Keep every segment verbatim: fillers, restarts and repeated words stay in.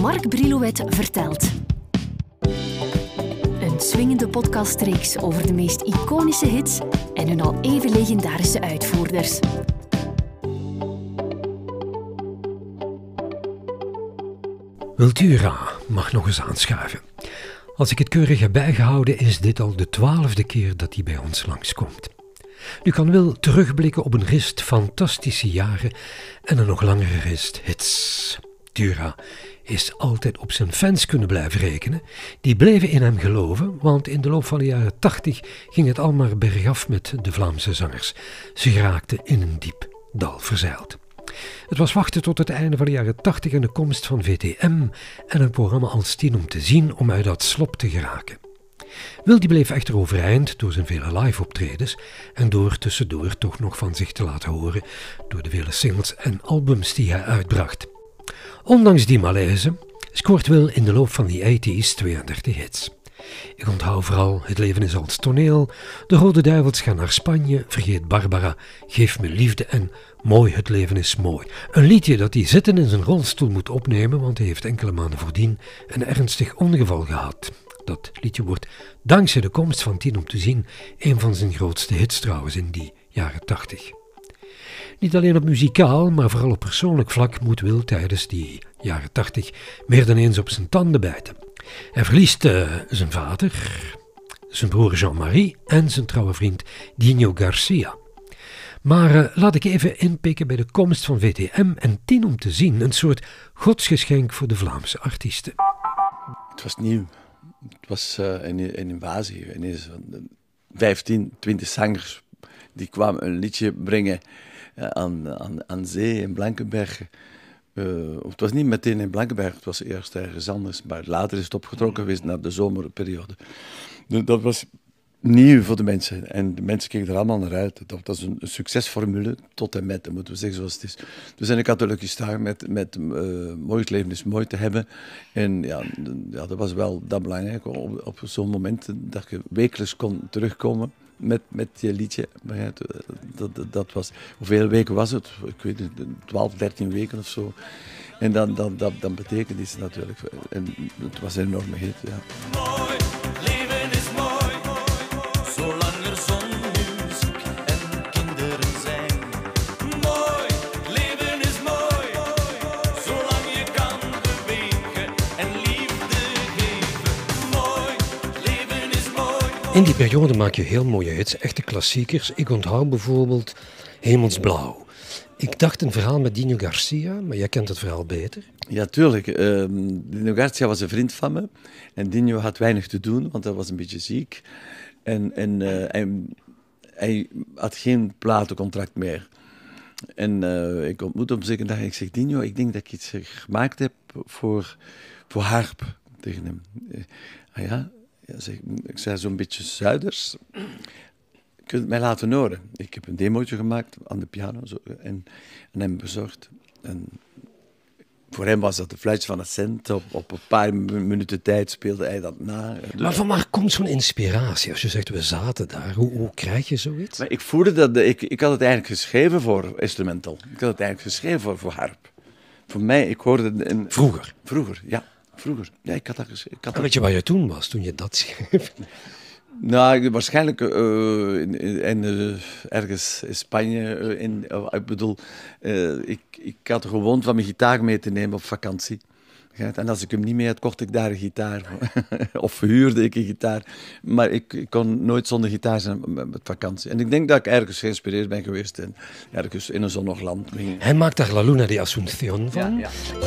Mark Brilouet vertelt. Een swingende podcastreeks over de meest iconische hits en hun al even legendarische uitvoerders. Wiltura mag nog eens aanschuiven. Als ik het keurig heb bijgehouden, is dit al de twaalfde keer dat hij bij ons langskomt. Nu kan Wil terugblikken op een rist fantastische jaren en een nog langere rist hits. Tura is altijd op zijn fans kunnen blijven rekenen. Die bleven in hem geloven, want in de loop van de jaren tachtig ging het al maar bergaf met de Vlaamse zangers. Ze raakten in een diep dal verzeild. Het was wachten tot het einde van de jaren tachtig en de komst van V T M en een programma als tien om te zien om uit dat slop te geraken. Wil die bleef echter overeind door zijn vele live optredens en door tussendoor toch nog van zich te laten horen door de vele singles en albums die hij uitbracht. Ondanks die malaise scoort Wil in de loop van die tachtiger tweeëndertig hits. Ik onthoud vooral Het leven is als toneel, De Rode Duivels gaan naar Spanje, Vergeet Barbara, Geef me liefde en Mooi, het leven is mooi. Een liedje dat hij zitten in zijn rolstoel moet opnemen, want hij heeft enkele maanden voordien een ernstig ongeval gehad. Dat liedje wordt dankzij de komst van tien om te zien een van zijn grootste hits trouwens in die jaren tachtig. Niet alleen op muzikaal, maar vooral op persoonlijk vlak moet Wil tijdens die jaren tachtig meer dan eens op zijn tanden bijten. Hij verliest uh, zijn vader, zijn broer Jean-Marie en zijn trouwe vriend Dino Garcia. Maar uh, laat ik even inpikken bij de komst van V T M en tien om te zien, een soort godsgeschenk voor de Vlaamse artiesten. Het was nieuw. Het was uh, een, een invasie. Ineens vijftien, twintig zangers die kwamen een liedje brengen uh, aan, aan, aan zee in Blankenberg. Uh, het was niet meteen in Blankenberg, het was eerst ergens anders, maar later is het opgetrokken geweest naar de zomerperiode. Dat was nieuw voor de mensen en de mensen keken er allemaal naar uit. Dat was een, een succesformule tot en met, dat moeten we zeggen zoals het is. Dus en ik had gelukkig staan met, met uh, Mooi, het leven is mooi te hebben. En ja, ja dat was wel dat belangrijk, op, op zo'n moment dat je wekelijks kon terugkomen met, met je liedje. Dat, dat, dat was, hoeveel weken was het? Ik weet niet, twaalf, dertien weken of zo. En dan, dan, dan, dan betekent iets natuurlijk. En het was een enorme hit, ja. Mooi, leven is mooi, zolang er zon, muziek en kinderen zijn. Mooi, leven is mooi, zolang je kan bewegen en liefde geven. Mooi, leven is mooi. In die periode maak je heel mooie hits, echte klassiekers. Ik onthoud bijvoorbeeld Hemelsblauw. Ik dacht een verhaal met Dino Garcia, maar jij kent het verhaal beter. Ja, tuurlijk. Uh, Dino Garcia was een vriend van me. En Dino had weinig te doen, want hij was een beetje ziek. En, en uh, hij, hij had geen platencontract meer. En uh, ik ontmoette hem zeker en dag en ik zeg, Dino, ik denk dat ik iets gemaakt heb voor, voor harp. Tegen hem. Uh, ah ja? Ja zeg, ik zei zo'n beetje Zuiders. Je kunt het mij laten horen. Ik heb een demootje gemaakt aan de piano zo, en, en hem bezorgd. En voor hem was dat de fluitje van een cent. Op, op een paar minuten tijd speelde hij dat na. Maar van waar komt zo'n inspiratie? Als je zegt, we zaten daar. Hoe, hoe krijg je zoiets? Maar ik voelde dat... Ik, ik had het eigenlijk geschreven voor instrumental. Ik had het eigenlijk geschreven voor, voor harp. Voor mij, ik hoorde... Een, Vroeger? Vroeger, ja. Vroeger. Ja, ik had dat geschreven. Ik had dat... Weet je waar je toen was, toen je dat schreef? Nou, waarschijnlijk uh, in, in, uh, ergens in Spanje. Uh, in, uh, ik bedoel, uh, ik, ik had gewoond van mijn gitaar mee te nemen op vakantie. En als ik hem niet mee had, kocht ik daar een gitaar. Of huurde ik een gitaar. Maar ik, ik kon nooit zonder gitaar zijn met vakantie. En ik denk dat ik ergens geïnspireerd ben geweest. En ergens in een zonnig land. Hij maakt daar La Luna de Asunción van. Ja, ja.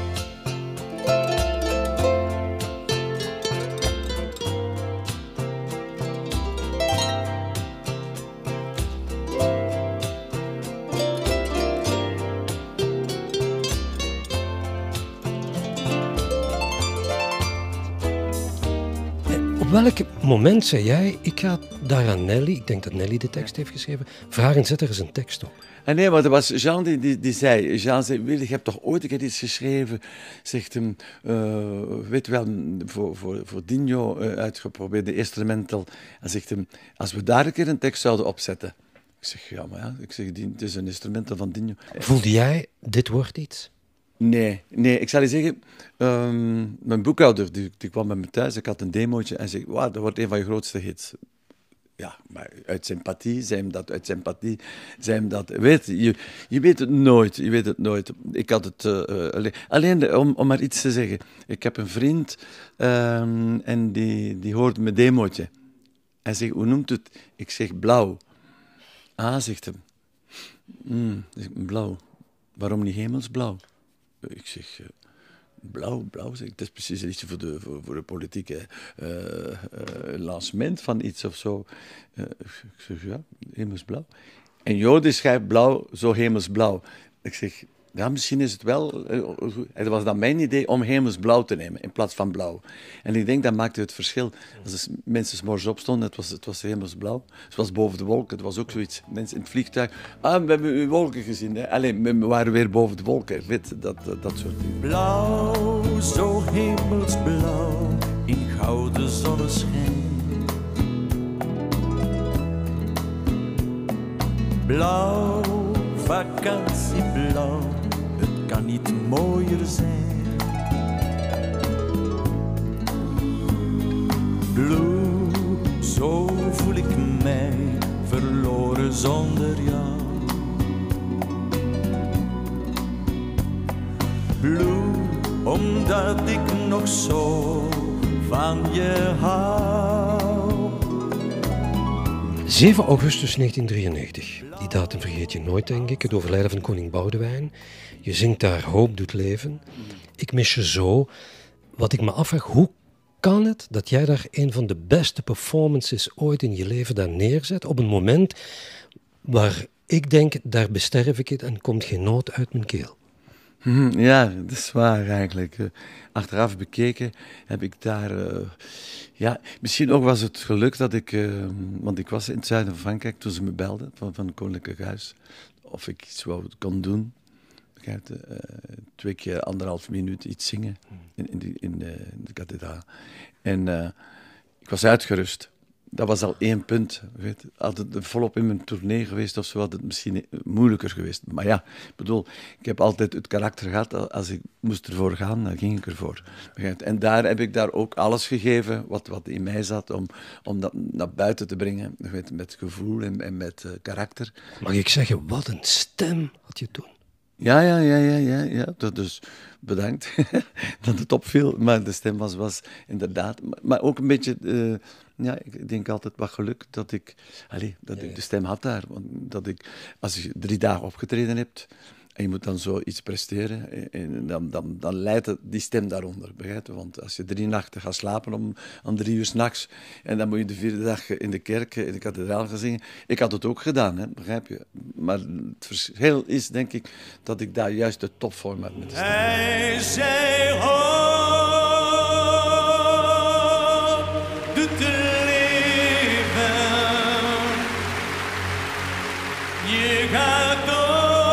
Op welk moment zei jij, ik ga daar aan Nelly, ik denk dat Nelly de tekst heeft geschreven, vragen, zet er eens een tekst op. En nee, maar dat was Jean die, die, die zei, Jean zei, Wil, je hebt toch ooit een keer iets geschreven, zegt hem, uh, weet je wel, voor, voor, voor Dino uh, uitgeprobeerd, de instrumental, en zegt hem, als we daar een keer een tekst zouden opzetten. Ik zeg, ja, maar ja, ik zeg, het is een instrumental van Dino. Voelde jij, dit wordt iets? Nee, nee, ik zal je zeggen, um, mijn boekhouder die, die kwam bij me thuis, ik had een demootje en zei, wauw, dat wordt een van je grootste hits. Ja, maar uit sympathie, zei hem dat, uit sympathie, zei hem dat. Weet, je, je weet het nooit, je weet het nooit. Ik had het, uh, alleen, alleen de, om, om maar iets te zeggen, ik heb een vriend um, en die, die hoorde mijn demootje. Hij zegt, hoe noemt het? Ik zeg, blauw. Ah, zegt hem. Mm, blauw. Waarom niet hemelsblauw? Ik zeg, uh, blauw, blauw, zeg ik. Dat is precies iets voor de, voor, voor de politieke uh, uh, lancement van iets of zo. Uh, ik zeg, ja, hemelsblauw. En Jode schrijft blauw, zo hemelsblauw. Ik zeg, ja, misschien is het wel... Uh, het was dan mijn idee om hemelsblauw te nemen, in plaats van blauw. En ik denk, dat maakte het verschil. Als de mensen 's morgens opstonden, het was, het was hemelsblauw. Het was boven de wolken, het was ook zoiets. Mensen in het vliegtuig, ah, we hebben uw wolken gezien. Hè? Alleen, we waren weer boven de wolken. Weet, dat, dat, dat soort dingen. Blauw, zo hemelsblauw, in gouden zonneschijn. Blauw, vakantieblauw, het kan niet mooier zijn. Blue, zo voel ik mij, verloren zonder jou. Blue, omdat ik nog zo van je hou. zeven augustus negentien drieënnegentig. Die datum vergeet je nooit, denk ik. Het overlijden van koning Boudewijn. Je zingt daar Hoop doet leven. Ik mis je zo. Wat ik me afvraag, hoe kan het dat jij daar een van de beste performances ooit in je leven daar neerzet, op een moment waar ik denk, daar besterf ik het en komt geen noot uit mijn keel? Ja, dat is waar eigenlijk. Achteraf bekeken heb ik daar... Uh, ja, misschien ook was het geluk dat ik... Uh, want ik was in het zuiden van Frankrijk toen ze me belden, van, van het Koninklijk Huis, of ik iets wou kon doen. Begrijp je? Uh, twee keer anderhalf minuut iets zingen in, in, de, in, de, in de kathedraal. En uh, ik was uitgerust. Dat was al één punt. Weet. Had het volop in mijn tournee geweest of zo, had het misschien moeilijker geweest. Maar ja, ik bedoel, ik heb altijd het karakter gehad. Als ik moest ervoor gaan, dan ging ik ervoor. En daar heb ik daar ook alles gegeven wat, wat in mij zat om, om dat naar buiten te brengen. Weet, met gevoel en, en met uh, karakter. Mag ik zeggen, wat een stem had je toen? Ja, ja, ja, ja, ja, ja. Dat dus bedankt dat het opviel. Maar de stem was, was inderdaad... Maar, maar ook een beetje... Uh, ja, ik denk altijd wat geluk dat ik... Allez, dat ja, ja. ik de stem had daar. Want dat ik... Als je drie dagen opgetreden hebt... En je moet dan zoiets presteren, en dan, dan, dan leidt het, die stem daaronder, begrijp je? Want als je drie nachten gaat slapen om, om drie uur 's nachts, en dan moet je de vierde dag in de kerk, in de kathedraal gaan zingen. Ik had het ook gedaan, hè, begrijp je? Maar het verschil is, denk ik, dat ik daar juist de topvorm had met de stem. Hij zei, hoop doet leven, je gaat door.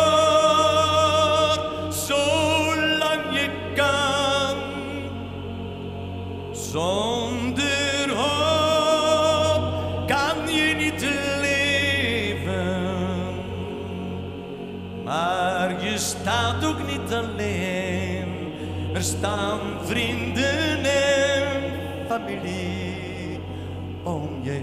Zonder hoop kan je niet leven, maar je staat ook niet alleen. Er staan vrienden en familie om je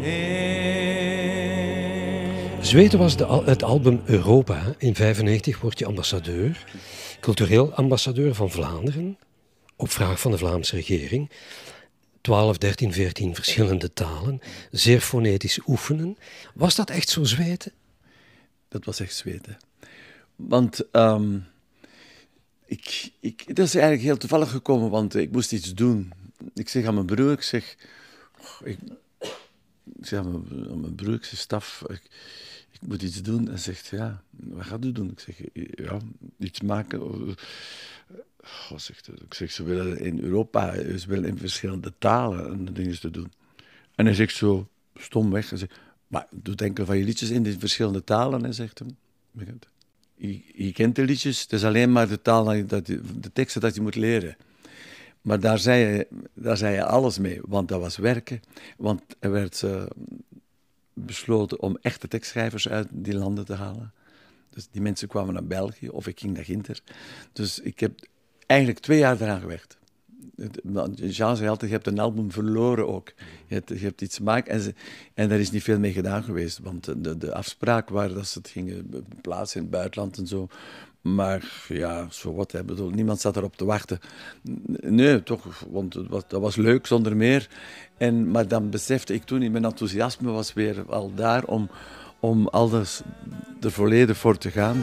heen. Zweten was de, het album Europa. In negentien vijfennegentig word je ambassadeur, cultureel ambassadeur van Vlaanderen, op vraag van de Vlaamse regering. twaalf, dertien, veertien verschillende talen, zeer fonetisch oefenen. Was dat echt zo zweten? Dat was echt zweten. Want um, ik, ik, dat is eigenlijk heel toevallig gekomen, want ik moest iets doen. Ik zeg aan mijn broer, ik zeg... Ik, ik zeg aan mijn, aan mijn broer, ik zeg, Staf, ik, ik moet iets doen. En zegt, ja, wat gaat u doen? Ik zeg, ja, iets maken... Oh, zegt, ik zeg, ze willen in Europa, ze willen in verschillende talen dingen te doen. En hij zegt zo stom weg, hij zegt, maar doe enkele van je liedjes in die verschillende talen, hij zegt hem. Je, je kent de liedjes, het is alleen maar de taal, dat je, de teksten dat je moet leren. Maar daar zei, je, daar zei je alles mee, want dat was werken. Want er werd uh, besloten om echte tekstschrijvers uit die landen te halen. Dus die mensen kwamen naar België, of ik ging naar Ginter. Dus ik heb eigenlijk twee jaar eraan gewerkt. Jean zei altijd, je hebt een album verloren ook. Je hebt, je hebt iets gemaakt en, ze, en daar is niet veel mee gedaan geweest. Want de, de afspraak was dat ze het gingen plaatsen in het buitenland en zo. Maar ja, zo wat. Hè. Bedoel, niemand zat erop te wachten. Nee, toch, want het was, dat was leuk zonder meer. En, maar dan besefte ik toen, mijn enthousiasme was weer al daar om, om alles er volledig voor te gaan.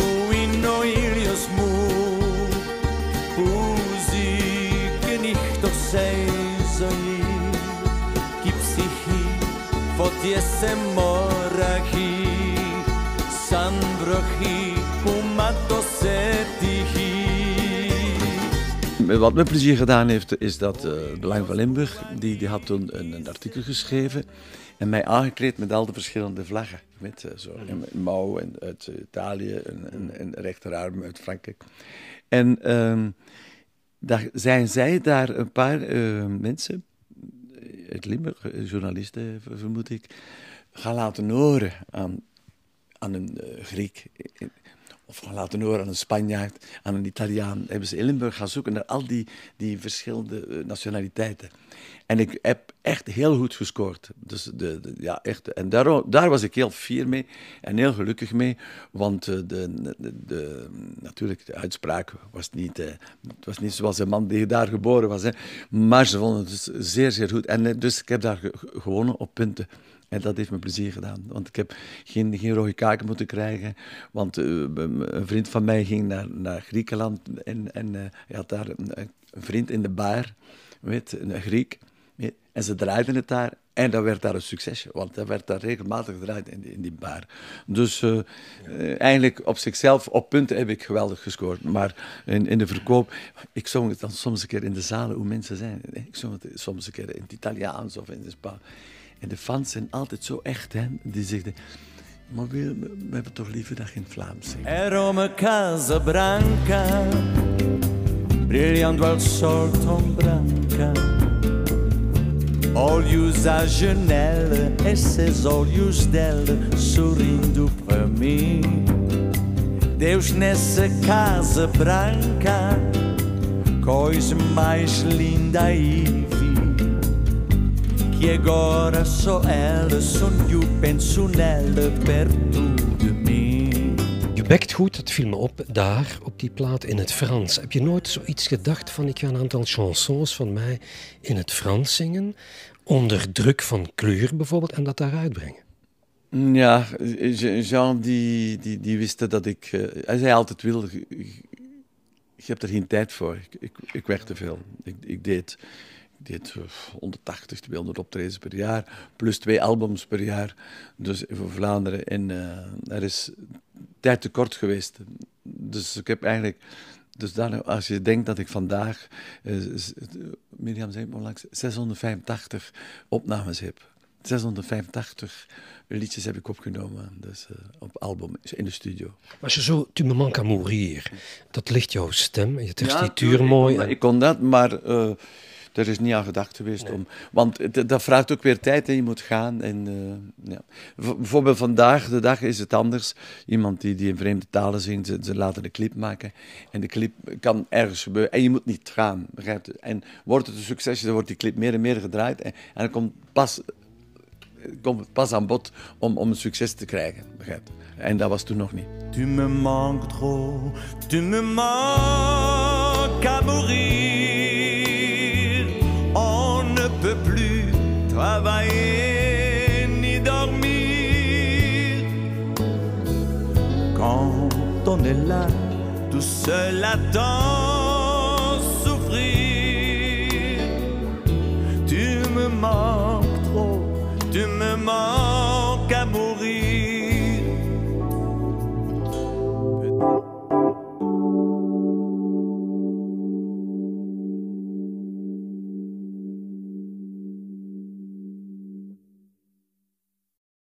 Wat me plezier gedaan heeft, is dat uh, Belang van Limburg, die, die had toen een, een artikel geschreven en mij aangekleed met al de verschillende vlaggen. Met, uh, zo, een mouw en, uit Italië, een, een, een rechterarm uit Frankrijk. En uh, daar zijn zij daar een paar uh, mensen, uit Limburg, journalisten vermoed ik, gaan laten horen aan, aan een uh, Griek. Of gaan laten horen aan een Spanjaard, aan een Italiaan. Hebben ze in Limburg gaan zoeken naar al die, die verschillende uh, nationaliteiten. En ik heb echt heel goed gescoord. Dus de, de, ja, echt. En daar, daar was ik heel fier mee en heel gelukkig mee. Want uh, de, de, de, natuurlijk, de uitspraak was niet, uh, het was niet zoals een man die daar geboren was. Hè. Maar ze vonden het dus zeer, zeer goed. En uh, dus ik heb daar ge gewonnen op punten. En dat heeft me plezier gedaan. Want ik heb geen, geen rode kaken moeten krijgen. Want uh, een vriend van mij ging naar, naar Griekenland. En, en uh, hij had daar een, een vriend in de bar. Weet, een Griek. Weet, en ze draaiden het daar. En dat werd daar een succesje. Want dat werd daar regelmatig gedraaid in die, in die bar. Dus uh, uh, eigenlijk op zichzelf, op punten heb ik geweldig gescoord. Maar in, in de verkoop, ik zong het dan soms een keer in de zalen hoe mensen zijn. Ik zong het soms een keer in het Italiaans of in het Spaans. En de fans zijn altijd zo echt, hè. Die zeggen, maar we, we hebben toch liever dat je in het Vlaams zingt. Era uma casa branca, brilhando al sol tão branca. Olhos à janela, esses olhos dela sorrindo para mim. Deus nessa casa branca, coisa mais linda aí. E agora só ela sonho penso nela perto de mim. Je bekt goed, dat viel me op, daar op die plaat in het Frans. Heb je nooit zoiets gedacht van ik ga een aantal chansons van mij in het Frans zingen, onder druk van kleur bijvoorbeeld, en dat daar uitbrengen? Ja, Jean die, die, die wist dat ik... Uh, hij zei altijd, wil, je hebt er geen tijd voor. Ik, ik, ik werk te veel. Ik, ik deed... Ik deed honderdtachtig, tweehonderd optredens per jaar, plus twee albums per jaar. Dus voor Vlaanderen. En uh, er is tijd tekort geweest. Dus ik heb eigenlijk... Dus dan, als je denkt dat ik vandaag, uh, Mirjam zei onlangs, zeshonderdvijfentachtig opnames heb. zeshonderdvijfentachtig liedjes heb ik opgenomen, dus uh, op album, in de studio. Als je zo Tu me manques à mourir, dat ligt jouw stem, je textuur ja, mooi. Ik kon, en... ik kon dat, maar... Uh, Er is niet aan gedacht geweest nee. om... Want het, dat vraagt ook weer tijd, hè. Je moet gaan. En, uh, ja. Bijvoorbeeld vandaag, de dag, is het anders. Iemand die, die in vreemde talen zingt, ze, ze laten een clip maken. En de clip kan ergens gebeuren. En je moet niet gaan, begrijp je? En wordt het een succes, dan wordt die clip meer en meer gedraaid. En, en dan komt pas, komt het pas aan bod om, om een succes te krijgen, begrijp je? En dat was toen nog niet. Tu me manques trop, tu me manques à mourir. On ne peut plus travailler ni dormir. Quand on est là, tout seul à temps.